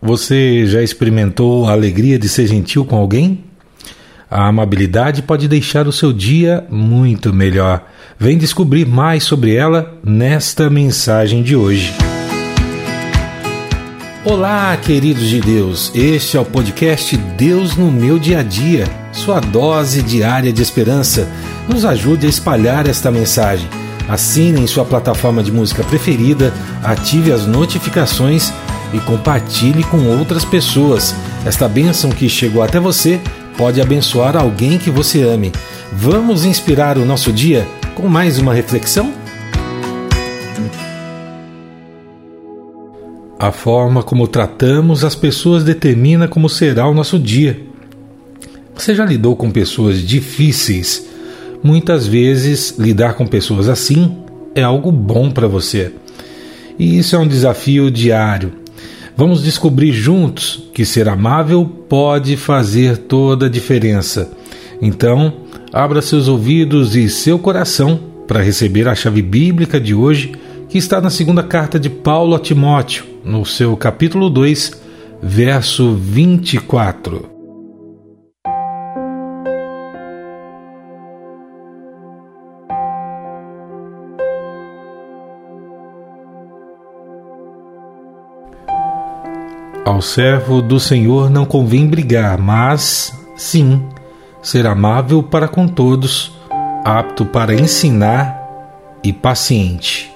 Você já experimentou a alegria de ser gentil com alguém? A amabilidade pode deixar o seu dia muito melhor. Vem descobrir mais sobre ela nesta mensagem de hoje. Olá, queridos de Deus. Este é o podcast Deus no Meu Dia a Dia, sua dose diária de esperança. Nos ajude a espalhar esta mensagem. Assine em sua plataforma de música preferida, ative as notificações e compartilhe com outras pessoas. Esta bênção que chegou até você pode abençoar alguém que você ame. Vamos inspirar o nosso dia com mais uma reflexão? A forma como tratamos as pessoas determina como será o nosso dia. Você já lidou com pessoas difíceis? Muitas vezes, lidar com pessoas assim é algo bom para você. E isso é um desafio diário. Vamos descobrir juntos que ser amável pode fazer toda a diferença. Então, abra seus ouvidos e seu coração para receber a chave bíblica de hoje, que está na segunda carta de Paulo a Timóteo, no seu capítulo 2, verso 24. Ao servo do Senhor não convém brigar, mas, sim, ser amável para com todos, apto para ensinar e paciente.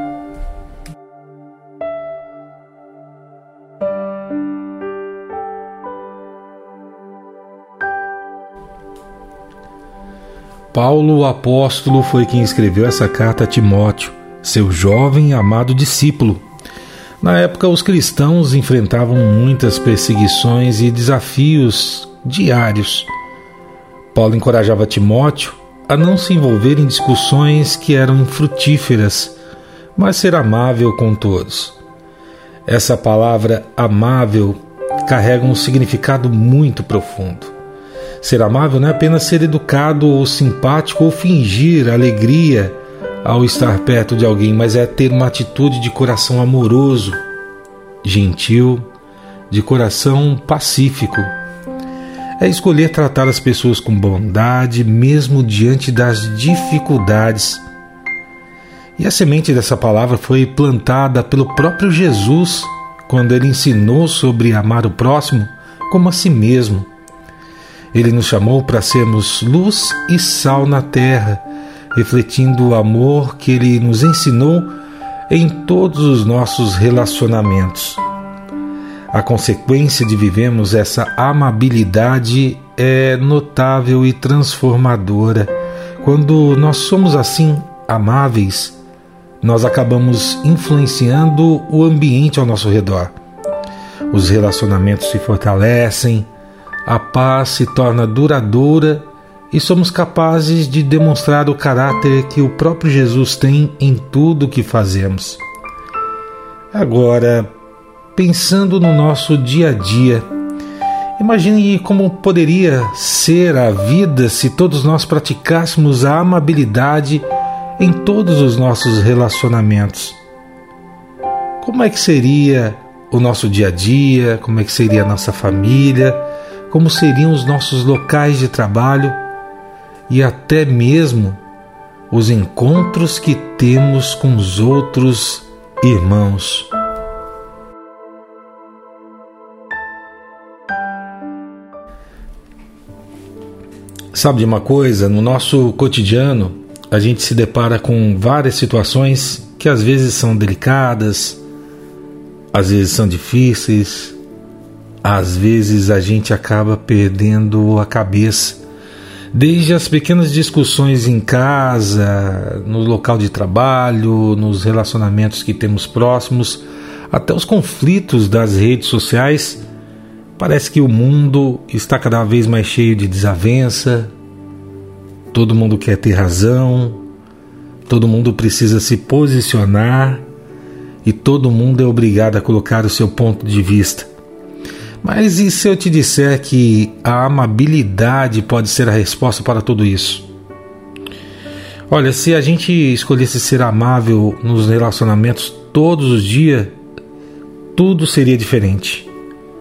Paulo, o apóstolo, foi quem escreveu essa carta a Timóteo, seu jovem e amado discípulo. Na época, os cristãos enfrentavam muitas perseguições e desafios diários. Paulo encorajava Timóteo a não se envolver em discussões que eram infrutíferas, mas ser amável com todos. Essa palavra amável carrega um significado muito profundo. Ser amável não é apenas ser educado ou simpático ou fingir alegria ao estar perto de alguém, mas é ter uma atitude de coração amoroso, gentil, de coração pacífico. É escolher tratar as pessoas com bondade, mesmo diante das dificuldades. E a semente dessa palavra foi plantada pelo próprio Jesus, quando ele ensinou sobre amar o próximo como a si mesmo. Ele nos chamou para sermos luz e sal na terra, refletindo o amor que Ele nos ensinou em todos os nossos relacionamentos. A consequência de vivermos essa amabilidade é notável e transformadora. Quando nós somos assim amáveis, nós acabamos influenciando o ambiente ao nosso redor. Os relacionamentos se fortalecem, a paz se torna duradoura e somos capazes de demonstrar o caráter que o próprio Jesus tem em tudo o que fazemos. Agora, pensando no nosso dia a dia, imagine como poderia ser a vida se todos nós praticássemos a amabilidade em todos os nossos relacionamentos. Como é que seria o nosso dia a dia? Como é que seria a nossa família? Como seriam os nossos locais de trabalho? E até mesmo os encontros que temos com os outros irmãos. Sabe de uma coisa? No nosso cotidiano, a gente se depara com várias situações que às vezes são delicadas, às vezes são difíceis, às vezes a gente acaba perdendo a cabeça. Desde as pequenas discussões em casa, no local de trabalho, nos relacionamentos que temos próximos, até os conflitos das redes sociais, parece que o mundo está cada vez mais cheio de desavença, todo mundo quer ter razão, todo mundo precisa se posicionar e todo mundo é obrigado a colocar o seu ponto de vista. Mas e se eu te disser que a amabilidade pode ser a resposta para tudo isso? Olha, se a gente escolhesse ser amável nos relacionamentos todos os dias, tudo seria diferente.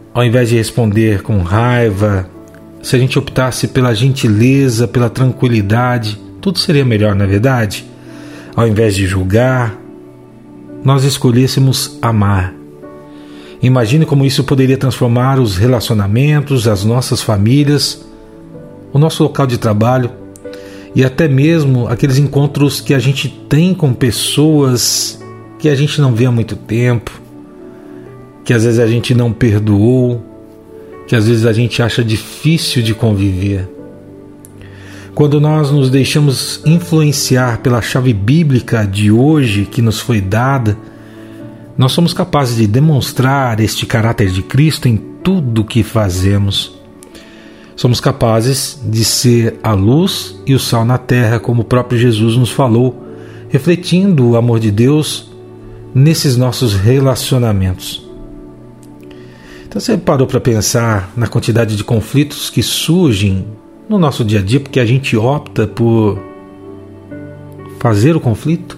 Ao invés de responder com raiva, se a gente optasse pela gentileza, pela tranquilidade, tudo seria melhor, não é verdade? Ao invés de julgar, nós escolhêssemos amar. Imagine como isso poderia transformar os relacionamentos, as nossas famílias, o nosso local de trabalho e até mesmo aqueles encontros que a gente tem com pessoas que a gente não vê há muito tempo, que às vezes a gente não perdoou, que às vezes a gente acha difícil de conviver. Quando nós nos deixamos influenciar pela chave bíblica de hoje que nos foi dada, nós somos capazes de demonstrar este caráter de Cristo em tudo o que fazemos. Somos capazes de ser a luz e o sal na terra, como o próprio Jesus nos falou, refletindo o amor de Deus nesses nossos relacionamentos. Então você parou para pensar na quantidade de conflitos que surgem no nosso dia a dia porque a gente opta por fazer o conflito?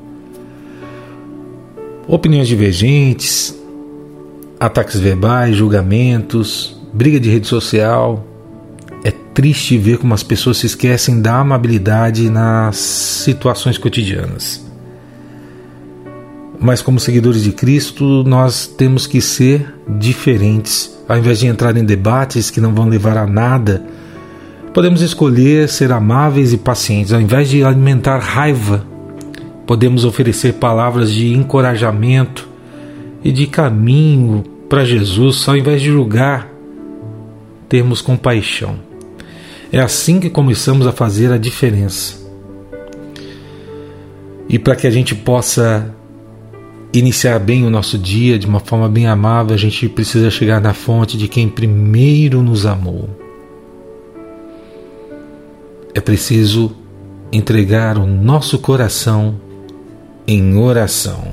Opiniões divergentes, ataques verbais, julgamentos, briga de rede social. É triste ver como as pessoas se esquecem da amabilidade nas situações cotidianas. Mas como seguidores de Cristo, nós temos que ser diferentes. Ao invés de entrar em debates que não vão levar a nada, podemos escolher ser amáveis e pacientes. Ao invés de alimentar raiva, podemos oferecer palavras de encorajamento e de caminho para Jesus. Ao invés de julgar, termos compaixão. É assim que começamos a fazer a diferença. E para que a gente possa iniciar bem o nosso dia de uma forma bem amável, a gente precisa chegar na fonte de quem primeiro nos amou. É preciso entregar o nosso coração em oração.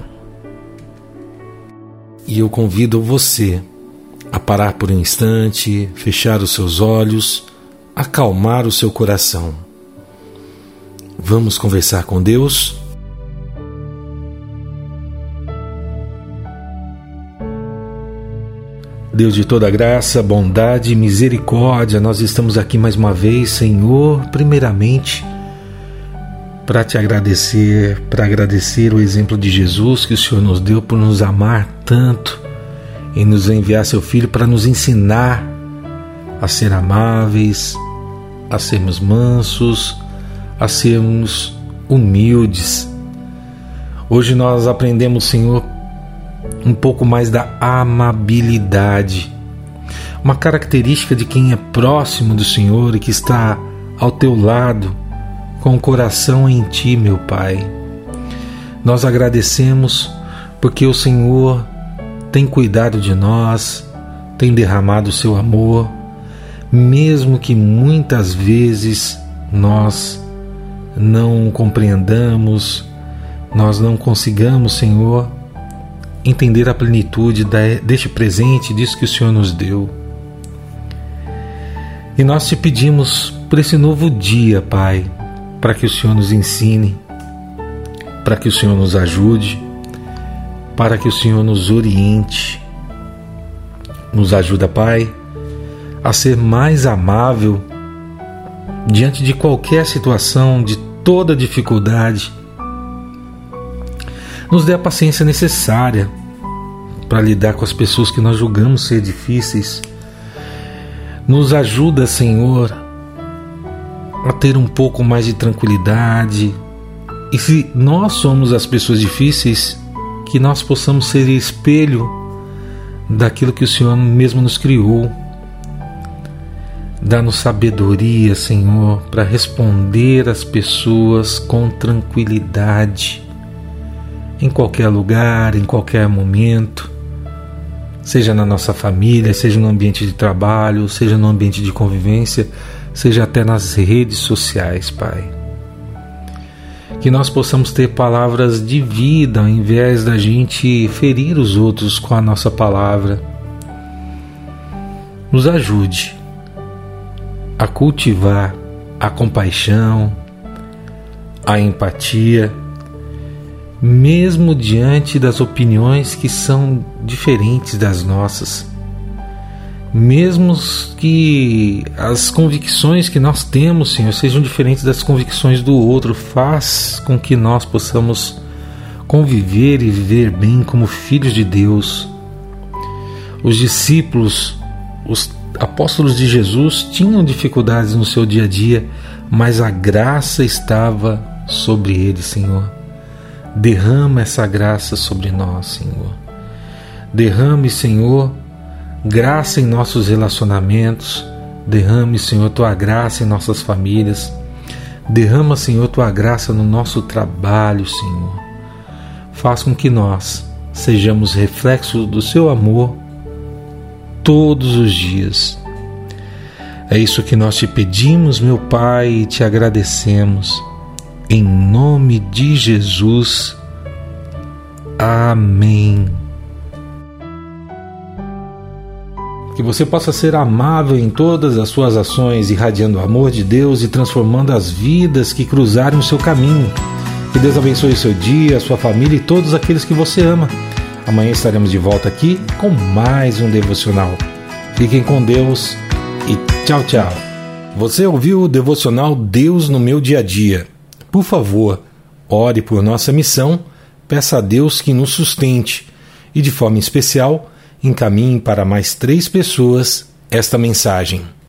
E eu convido você a parar por um instante, fechar os seus olhos, acalmar o seu coração. Vamos conversar com Deus? Deus de toda graça, bondade e misericórdia, nós estamos aqui mais uma vez, Senhor, primeiramente para te agradecer, para agradecer o exemplo de Jesus que o Senhor nos deu por nos amar tanto e nos enviar seu Filho para nos ensinar a ser amáveis, a sermos mansos, a sermos humildes. Hoje nós aprendemos, Senhor, um pouco mais da amabilidade, uma característica de quem é próximo do Senhor e que está ao teu lado, com o coração em ti, meu Pai. Nós agradecemos porque o Senhor tem cuidado de nós, tem derramado o seu amor, mesmo que muitas vezes nós não compreendamos, nós não consigamos, Senhor, entender a plenitude deste presente, disso que o Senhor nos deu. E nós te pedimos por esse novo dia, Pai, para que o Senhor nos ensine, para que o Senhor nos ajude, para que o Senhor nos oriente. Nos ajuda, Pai, a ser mais amável diante de qualquer situação, de toda dificuldade. Nos dê a paciência necessária para lidar com as pessoas que nós julgamos ser difíceis. Nos ajuda, Senhor, a ter um pouco mais de tranquilidade. E se nós somos as pessoas difíceis, que nós possamos ser espelho daquilo que o Senhor mesmo nos criou. Dá-nos sabedoria, Senhor, para responder às pessoas com tranquilidade, em qualquer lugar, em qualquer momento, seja na nossa família, seja no ambiente de trabalho, seja no ambiente de convivência, seja até nas redes sociais, Pai. Que nós possamos ter palavras de vida ao invés da gente ferir os outros com a nossa palavra. Nos ajude a cultivar a compaixão, a empatia, mesmo diante das opiniões que são diferentes das nossas. Mesmo que as convicções que nós temos, Senhor, sejam diferentes das convicções do outro, faz com que nós possamos conviver e viver bem como filhos de Deus. Os discípulos, os apóstolos de Jesus tinham dificuldades no seu dia a dia, mas a graça estava sobre eles, Senhor. Derrama essa graça sobre nós, Senhor. Derrame, Senhor, graça em nossos relacionamentos. Derrame, Senhor, Tua graça em nossas famílias. Derrama, Senhor, Tua graça no nosso trabalho, Senhor. Faz com que nós sejamos reflexos do Seu amor todos os dias. É isso que nós te pedimos, meu Pai, e te agradecemos. Em nome de Jesus. Amém. Que você possa ser amável em todas as suas ações, irradiando o amor de Deus e transformando as vidas que cruzarem o seu caminho. Que Deus abençoe o seu dia, a sua família e todos aqueles que você ama. Amanhã estaremos de volta aqui com mais um devocional. Fiquem com Deus e tchau, tchau. Você ouviu o devocional Deus no meu dia a dia? Por favor, ore por nossa missão, peça a Deus que nos sustente e, de forma especial, encaminhe para mais 3 pessoas esta mensagem.